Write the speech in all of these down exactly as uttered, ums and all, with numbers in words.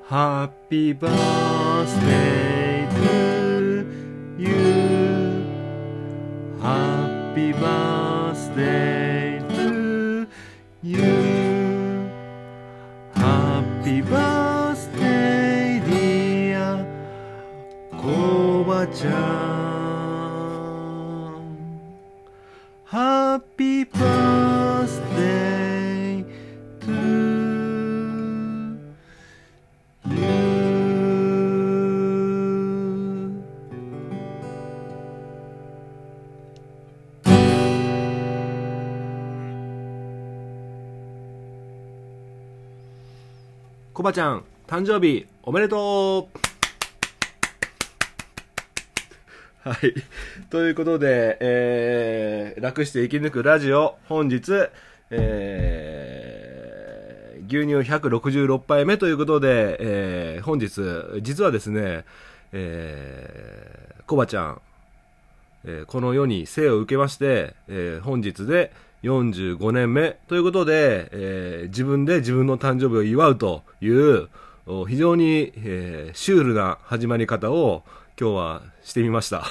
Happy birthday to you. Happy birthday to you. Happy birthday dear コバちゃん。Happy birthday to you.コバちゃん、誕生日おめでとう。はい。ということで、えー、楽して生き抜くラジオ、本日、えー、牛乳ひゃくろくじゅうろくぱいめということで、えー、本日、実はですね、えー、コバちゃん、えー、この世に生を受けまして、えー、本日でよんじゅうごねんめということで、えー、自分で自分の誕生日を祝うという非常に、えー、シュールな始まり方を今日はしてみました、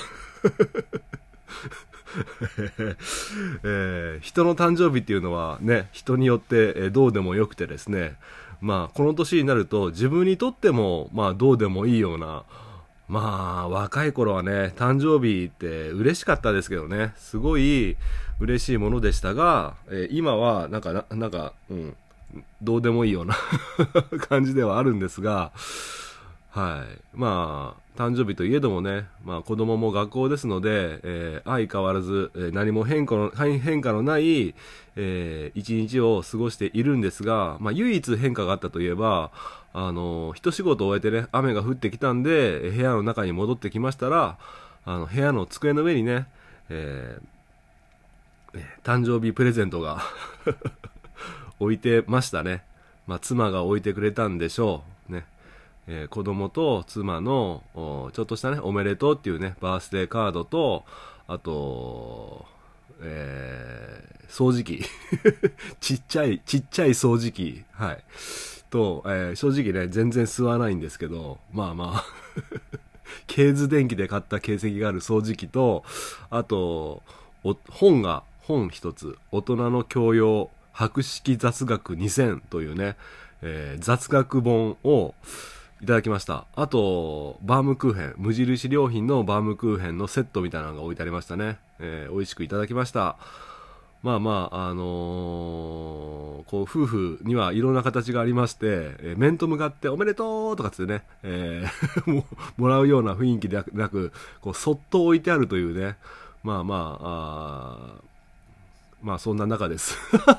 えー、人の誕生日っていうのはね、人によってどうでもよくてですね、まあこの年になると自分にとってもまあどうでもいいような、まあ若い頃はね、誕生日って嬉しかったですけどね、すごい嬉しいものでしたが、えー、今はなんかな、なんか、うん、どうでもいいような感じではあるんですが、はい。まあ、誕生日といえどもね、まあ子供も学校ですので、えー、相変わらず、えー、何も変化の、変化のない、えー、一日を過ごしているんですが、まあ唯一変化があったといえば、あの、一仕事を終えてね、雨が降ってきたんで、部屋の中に戻ってきましたら、あの、部屋の机の上にね、えー、誕生日プレゼントが置いてましたね。まあ妻が置いてくれたんでしょう。ね。えー、子供と妻のちょっとしたね、おめでとうっていうね、バースデーカードと、あと、えー、掃除機。ちっちゃい、ちっちゃい掃除機。はい。と、えー、正直ね、全然吸わないんですけど、まあまあ、ケーズ電機で買った形跡がある掃除機と、あと、お本が、本一つ、大人の教養、博識雑学にせんというね、えー、雑学本をいただきました。あと、バームクーヘン、無印良品のバームクーヘンのセットみたいなのが置いてありましたね。えー、美味しくいただきました。まあまあ、あのー、こう、夫婦にはいろんな形がありまして、えー、面と向かっておめでとうとかつってね、えー、も, もらうような雰囲気でなく、こう、そっと置いてあるというね、まあまあ、あまあそんな中です。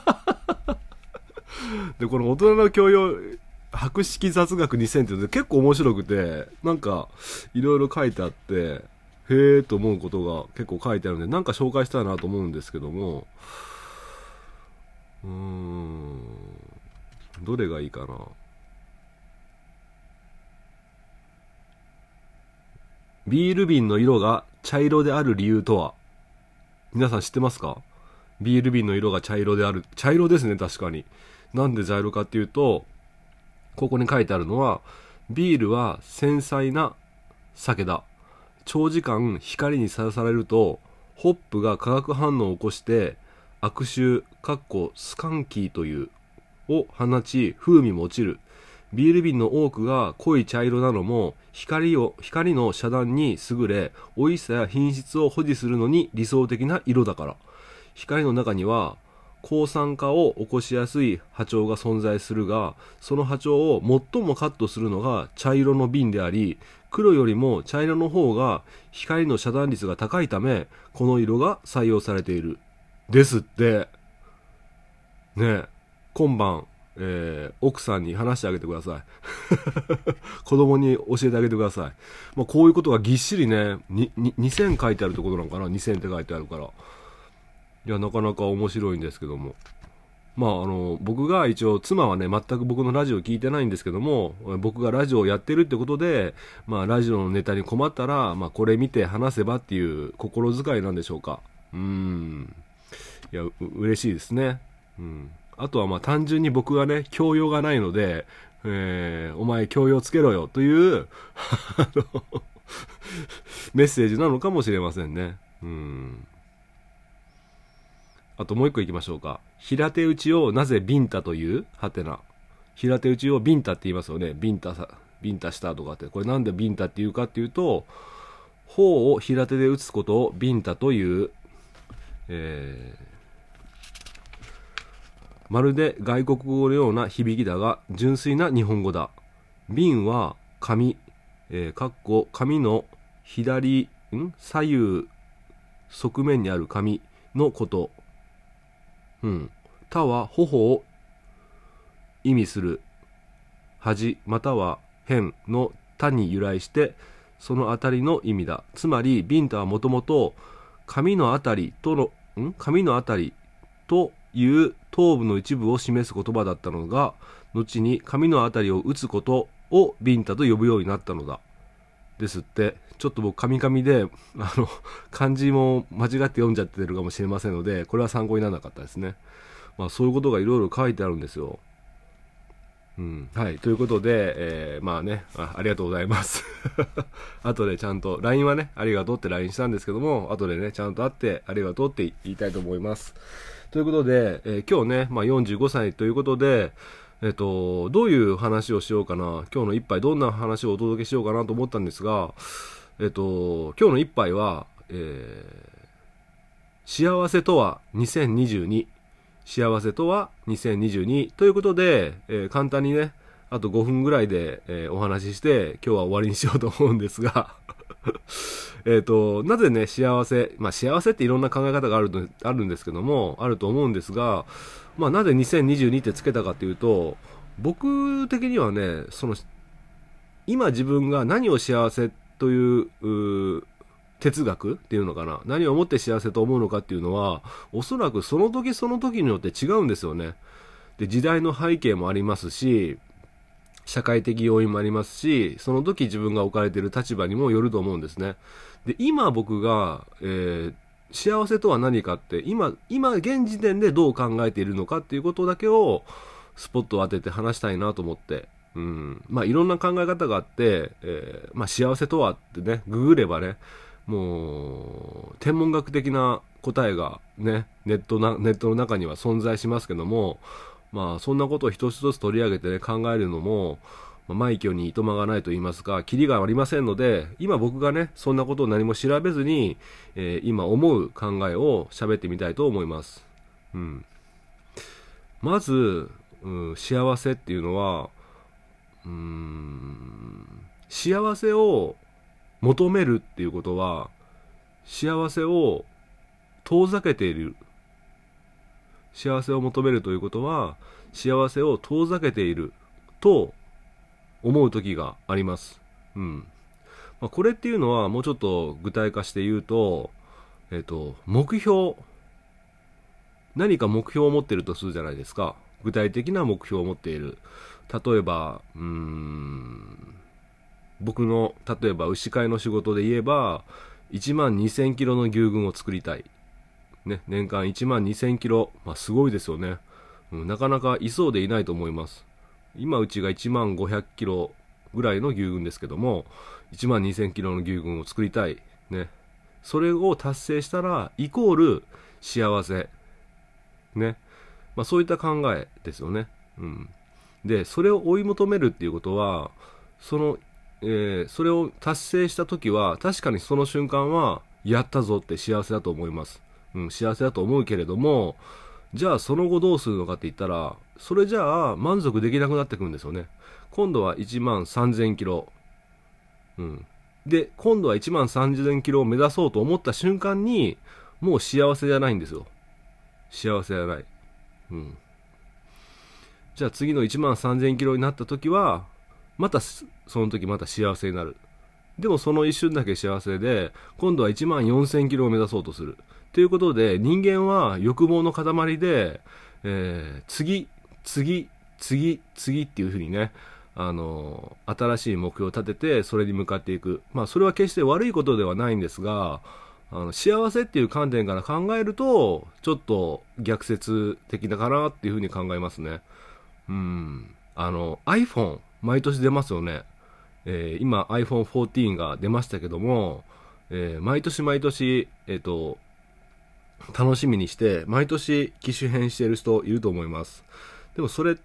で、この大人の教養、博識雑学にせんっていうの結構面白くて、なんか、いろいろ書いてあって、へーと思うことが結構書いてあるんで、なんか紹介したいなと思うんですけども、うーん、どれがいいかな。ビール瓶の色が茶色である理由とは？皆さん知ってますか？ビール瓶の色が茶色である。茶色ですね、確かに。なんで茶色かっていうと、ここに書いてあるのは、ビールは繊細な酒だ。長時間光にさらされると、ホップが化学反応を起こして、悪臭、かっこスカンキーという、を放ち、風味も落ちる。ビール瓶の多くが濃い茶色なのも、光を、光の遮断に優れ、美味しさや品質を保持するのに理想的な色だから。光の中には抗酸化を起こしやすい波長が存在するが、その波長を最もカットするのが茶色の瓶であり、黒よりも茶色の方が光の遮断率が高いため、この色が採用されているですって。ねえ、今晩、えー、奥さんに話してあげてください。子供に教えてあげてください。まあ、こういうことがぎっしりね、にににせん書いてあるってことなのかな。にせんって書いてあるから、いや、なかなか面白いんですけども。まあ、あの、僕が一応、妻はね、全く僕のラジオを聞いてないんですけども、僕がラジオをやってるってことで、まあ、ラジオのネタに困ったら、まあ、これ見て話せばっていう心遣いなんでしょうか。うーん。いや、う嬉しいですね。うん。あとはまあ単純に僕がね、教養がないので、 えー、お前教養つけろよというあのメッセージなのかもしれませんね。うん。あともう一個いきましょうか。平手打ちをなぜビンタというはてな。平手打ちをビンタって言いますよね。ビンタさ、ビンタしたとかって。これなんでビンタっていうかっていうと、頬を平手で打つことをビンタという、えー、まるで外国語のような響きだが純粋な日本語だ。瓶は紙、えー、かっこ紙の左、ん左右側面にある紙のこと。うん。他は頬を意味する端または辺の他に由来してそのあたりの意味だ。つまりビンタはもともと紙のあたりとのん紙のあたりという頭部の一部を示す言葉だったのが、後に紙のあたりを打つことをビンタと呼ぶようになったのだ。ですって。ちょっと僕カミカミであの漢字も間違って読んじゃってるかもしれませんので、これは参考にならなかったですね。まあそういうことがいろいろ書いてあるんですよ。うん、はい。ということで、えー、まあねあ、ありがとうございます。後でちゃんと、ライン はね、ありがとうって ライン したんですけども、後でね、ちゃんと会ってありがとうって言いたいと思います。ということで、えー、今日ね、まあ、よんじゅうごさいということで、えっと、どういう話をしようかな、今日の一杯どんな話をお届けしようかなと思ったんですが、えっと、今日の一杯は、えー、幸せとはにせんにじゅうに、幸せとはにせんにじゅうにということで、えー、簡単にね、あとごふんぐらいで、えー、お話しして、今日は終わりにしようと思うんですが、えっと、なぜね、幸せ、まあ幸せっていろんな考え方があると、あるんですけども、あると思うんですが、まあなぜにせんにじゅうにってつけたかっていうと、僕的にはね、その、今自分が何を幸せという、う哲学っていうのかな、何をもって幸せと思うのかっていうのは、おそらくその時その時によって違うんですよね。で、時代の背景もありますし、社会的要因もありますし、その時自分が置かれている立場にもよると思うんですね。で、今僕が、えー、幸せとは何かって、今、今現時点でどう考えているのかっていうことだけをスポットを当てて話したいなと思って。うん。まあいろんな考え方があって、えー、まあ幸せとはってね、ググればね、もう、天文学的な答えがね、ネットな、ネットの中には存在しますけども、まあそんなことを一つ一つ取り上げてね、考えるのも、まあ、枚挙にいとまがないと言いますか、キリがありませんので、今僕がね、そんなことを何も調べずに、えー、今思う考えを喋ってみたいと思います。うん。まず、うん、幸せっていうのは、うーん、幸せを求めるっていうことは、幸せを遠ざけている。幸せを求めるということは、幸せを遠ざけていると思う時があります。うん。まあ、これっていうのはもうちょっと具体化して言うと、えっと、目標。何か目標を持っているとするじゃないですか。具体的な目標を持っている。例えば、うーん、僕の、例えば牛飼いの仕事で言えば、いちまんにせんキロの牛群を作りたい。ね、年間いちまんにせんキロ。まあすごいですよね。うん、なかなかいそうでいないと思います。今うちがいちまんごひゃくキロぐらいの牛群ですけども、いちまんにせんキロの牛群を作りたい。ね。それを達成したら、イコール幸せ。ね。まあそういった考えですよね。うん。で、それを追い求めるっていうことは、その、えー、それを達成した時は、確かにその瞬間は、やったぞって幸せだと思います。うん、幸せだと思うけれども、じゃあその後どうするのかって言ったら、それじゃあ満足できなくなってくるんですよね。今度はいちまんさんぜんキロ。うん。で、今度はいちまんさんぜんキロを目指そうと思った瞬間に、もう幸せじゃないんですよ。幸せじゃない。うん。じゃあ次のいちまんさんぜんキロになった時は、またその時また幸せになる。でもその一瞬だけ幸せで、今度はいちまんよんせんキロを目指そうとする。ということで、人間は欲望の塊で、えー、次、次、次、次っていうふうにね、あのー、新しい目標を立てて、それに向かっていく。まあ、それは決して悪いことではないんですが、あの、幸せっていう観点から考えると、ちょっと逆説的だかなっていうふうに考えますね。うん。 あの iPhone 毎年出ますよね。えー今 アイフォンフォーティーン が出ましたけども、えー毎年毎年、えっと、楽しみにして毎年機種変している人いると思います。でもそれって、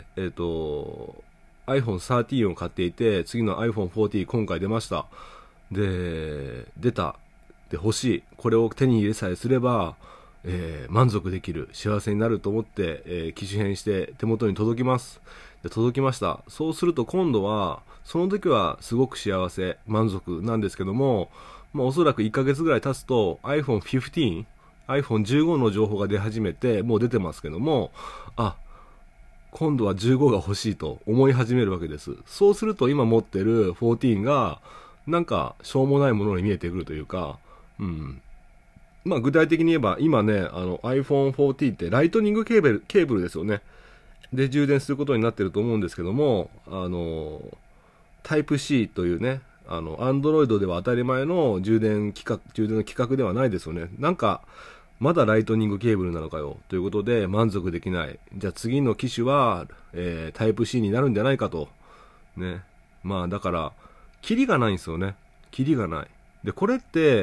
えっと、アイフォンサーティーン を買っていて、次の アイフォンフォーティーン 今回出ました。で、出た。で、欲しい。これを手に入れさえすれば、えー満足できる。幸せになると思って、えー機種変して手元に届きます。で、届きました。そうすると今度は、その時はすごく幸せ、満足なんですけども、まあ、おそらくいっかげつぐらい経つと アイフォンフィフティーン、アイフォンじゅうご の情報が出始めて、もう出てますけども、あ、今度はじゅうごが欲しいと思い始めるわけです。そうすると今持ってるじゅうよんが、なんかしょうもないものに見えてくるというか、うん。まあ具体的に言えば、今ね、あの アイフォンフォーティーン ってライトニングケーブル、ケーブルですよね。で、充電することになってると思うんですけども、あの、タイプ C というね、あの、アンドロイドでは当たり前の充電規格、充電の規格ではないですよね。なんか、まだライトニングケーブルなのかよ。ということで、満足できない。じゃあ次の機種は、えー、タイプ C になるんじゃないかと。ね。まあ、だから、キリがないんですよね。キリがない。で、これって、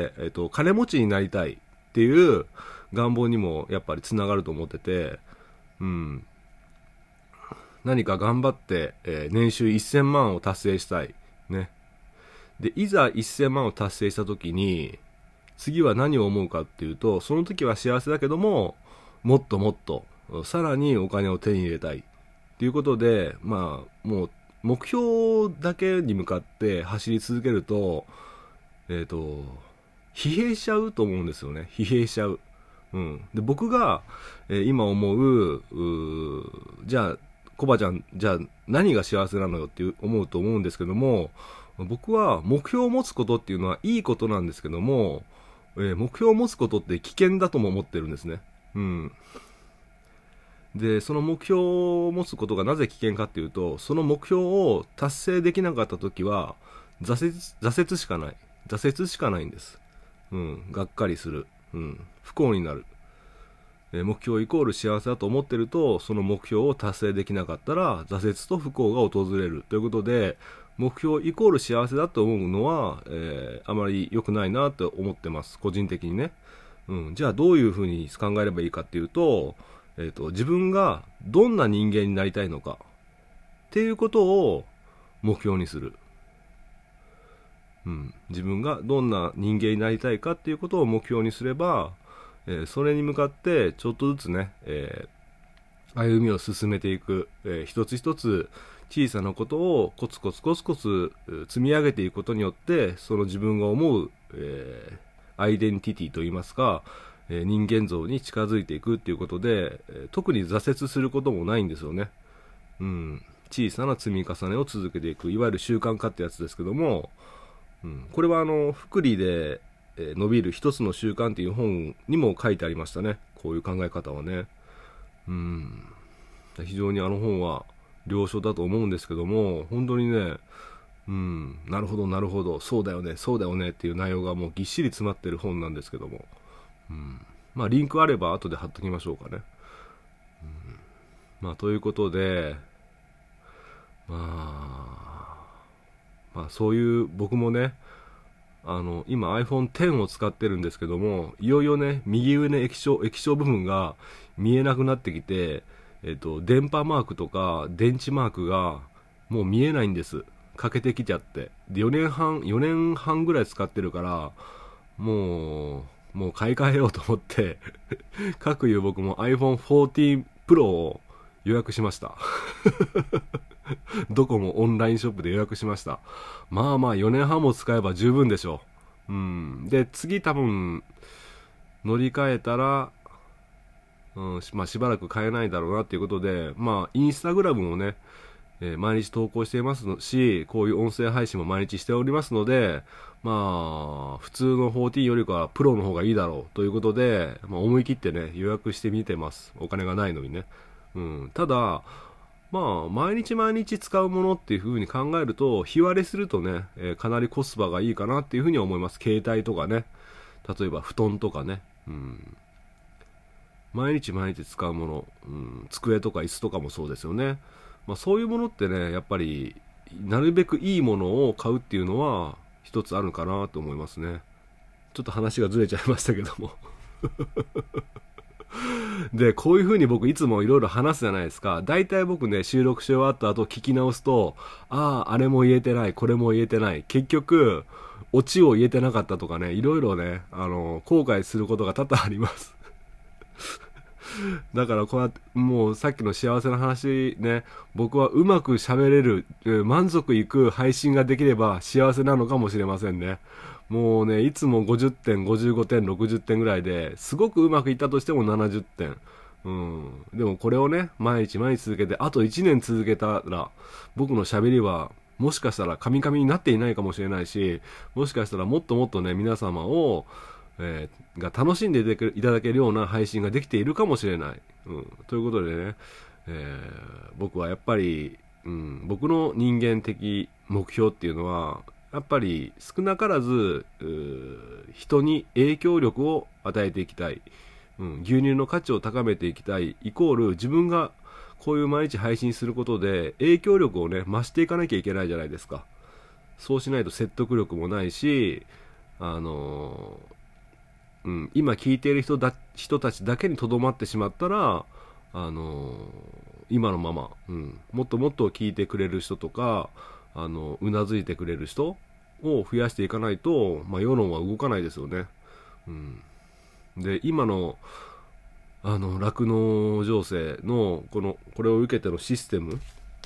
えっと、金持ちになりたいっていう願望にもやっぱりつながると思ってて、うん。何か頑張って、えー年収せんまんを達成したい。ね。で、いざせんまんを達成した時に、次は何を思うかっていうと、その時は幸せだけども、もっともっと、さらにお金を手に入れたい。っていうことで、まあ、もう、目標だけに向かって走り続けると、えっと、疲弊しちゃうと思うんですよね。疲弊しちゃう。うん。で、僕が、えー今思う、うーじゃあ、コバちゃん、じゃあ何が幸せなのよっていう思うと思うんですけども、僕は目標を持つことっていうのはいいことなんですけども、えー目標を持つことって危険だとも思ってるんですね。うん。で、その目標を持つことがなぜ危険かっていうと、その目標を達成できなかった時は、挫折、挫折しかない。挫折しかないんです。うん。がっかりする。うん。不幸になる。えー目標イコール幸せだと思ってると、その目標を達成できなかったら、挫折と不幸が訪れる。ということで、目標イコール幸せだと思うのは、えーあまり良くないなと思ってます。個人的にね。うん。じゃあどういうふうに考えればいいかっていうと、えっと、自分がどんな人間になりたいのかっていうことを目標にする。うん。自分がどんな人間になりたいかっていうことを目標にすれば、えーそれに向かってちょっとずつね、えー歩みを進めていく、えー一つ一つ小さなことをコツコツコツコツえー積み上げていくことによって、その自分が思う、えーアイデンティティといいますか、えー人間像に近づいていくっていうことで、えー特に挫折することもないんですよね。うん。小さな積み重ねを続けていく、いわゆる習慣化ってやつですけども、うん、これはあの福利で、えー伸びる一つの習慣っていう本にも書いてありましたね。こういう考え方はね。うん。非常にあの本は良書だと思うんですけども、本当にね、うん、なるほどなるほど、そうだよね、そうだよねっていう内容がもうぎっしり詰まってる本なんですけども、うん、まあリンクあれば後で貼っときましょうかね。まあということで、まあ、まあそういう僕もね、あの今 アイフォンテン を使ってるんですけども、いよいよね、右上の液晶液晶部分が見えなくなってきて、えっと電波マークとか電池マークがもう見えないんです。欠けてきちゃって。でよねんはんよねんはんぐらい使ってるから、もうもう買い替えようと思って各いう僕も アイフォンフォーティーン Pro を予約しました。どこもオンラインショップで予約しました。まあまあよねんはんも使えば十分でしょう。うん。で、次多分乗り換えたら、うん、しまあしばらく買えないだろうなっていうことで、まあインスタグラムもね、えー毎日投稿していますのし、こういう音声配信も毎日しておりますので、まあ、普通のフォーティーンよりかはプロの方がいいだろうということで、まあ、思い切ってね、予約してみてます。お金がないのにね。うん。ただ、まあ、毎日毎日使うものっていう風に考えると、日割れするとね、えーかなりコスパがいいかなっていう風には思います。携帯とかね。例えば布団とかね。うん。毎日毎日使うもの、うん、机とか椅子とかもそうですよね。 まあ、そういうものってねやっぱりなるべくいいものを買うっていうのは一つあるかなと思いますね。ちょっと話がずれちゃいましたけどもでこういう風に僕いつもいろいろ話すじゃないですか。だいたい僕ね収録し終わった後聞き直すと、あああれも言えてないこれも言えてない、結局オチを言えてなかったとかね、いろいろねあの後悔することが多々ありますだからこうやってもうさっきの幸せな話ね、僕はうまく喋れる満足いく配信ができれば幸せなのかもしれませんね。もうねいつもごじゅってんごじゅうごてんろくじゅってんぐらいですごくうまくいったとしてもななじゅってん、うん、でもこれをね毎日毎日続けてあといちねん続けたら僕の喋りはもしかしたらカミカミになっていないかもしれないし、もしかしたらもっともっとね皆様をえー、が楽しんでいただけるような配信ができているかもしれない、うん、ということでね、えー、僕はやっぱり、うん、僕の人間的目標っていうのはやっぱり少なからず人に影響力を与えていきたい、うん、牛乳の価値を高めていきたいイコール自分がこういう毎日配信することで影響力をね増していかなきゃいけないじゃないですか。そうしないと説得力もないし、あのーうん、今聞いている人だ人たちだけにとどまってしまったら、あのー、今のまま、うん、もっともっと聞いてくれる人とか、あのうなずいてくれる人を増やしていかないと、まあ、世論は動かないですよね。うん、で今のあの酪農情勢のこのこれを受けてのシステム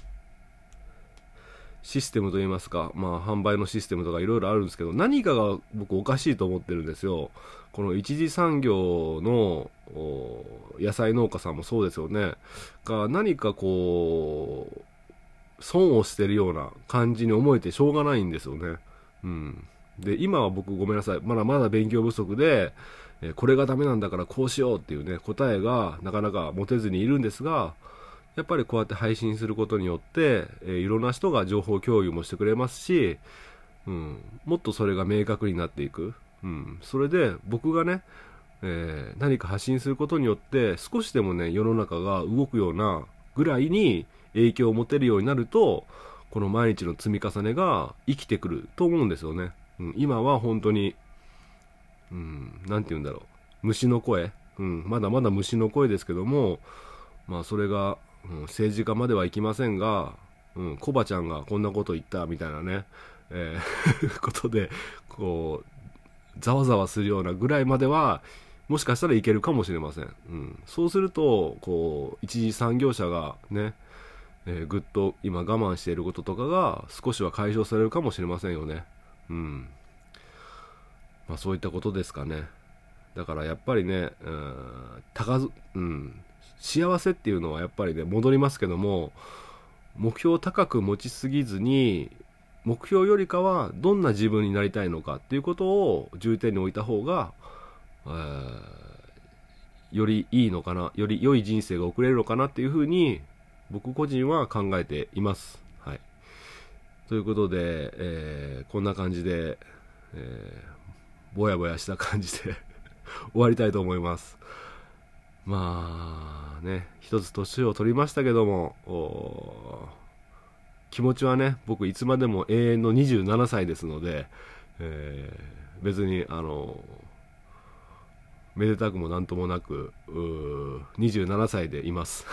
システムといいますか、まあ、販売のシステムとかいろいろあるんですけど、何かが僕おかしいと思ってるんですよ。この一次産業の野菜農家さんもそうですよねが何かこう損をしてるような感じに思えてしょうがないんですよね。うん、で今は僕ごめんなさいまだまだ勉強不足で、えこれがダメなんだからこうしようっていうね答えがなかなか持てずにいるんですが、やっぱりこうやって配信することによって、えー、いろんな人が情報共有もしてくれますし、うん、もっとそれが明確になっていく、うん、それで僕がね、えー、何か発信することによって少しでもね世の中が動くようなぐらいに影響を持てるようになると、この毎日の積み重ねが生きてくると思うんですよね。うん、今は本当に、うん、なんて言うんだろう、虫の声、うん、まだまだ虫の声ですけども、まあそれがうん、政治家まではいきませんが、うん、コバちゃんがこんなこと言ったみたいなね、えー、ことでこうざわざわするようなぐらいまではもしかしたらいけるかもしれません。うん、そうするとこう一次産業者がね、えー、ぐっと今我慢していることとかが少しは解消されるかもしれませんよね。うん、まあそういったことですかね。だからやっぱりね、うん、高ず、うん、幸せっていうのはやっぱりね戻りますけども、目標を高く持ちすぎずに目標よりかはどんな自分になりたいのかっていうことを重点に置いた方が、えー、よりいいのかな、より良い人生が送れるのかなっていうふうに僕個人は考えています。はい、ということで、えー、こんな感じで、えー、ぼやぼやした感じで終わりたいと思います。まあね、一つ年を取りましたけども、気持ちはね僕いつまでも永遠のにじゅうななさいですので、えー、別にあのめでたくもなんともなくにじゅうななさいでいます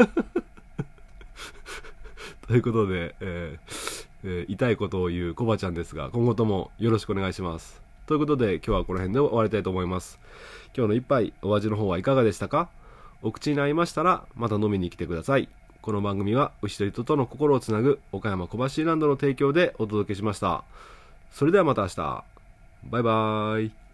ということで、えーえー、痛いことを言うコバちゃんですが、今後ともよろしくお願いします。ということで今日はこの辺で終わりたいと思います。今日の一杯お味の方はいかがでしたか？お口に合いましたらまた飲みに来てください。この番組は牛と人との心をつなぐ岡山小橋ランドの提供でお届けしました。それではまた明日。バイバーイ。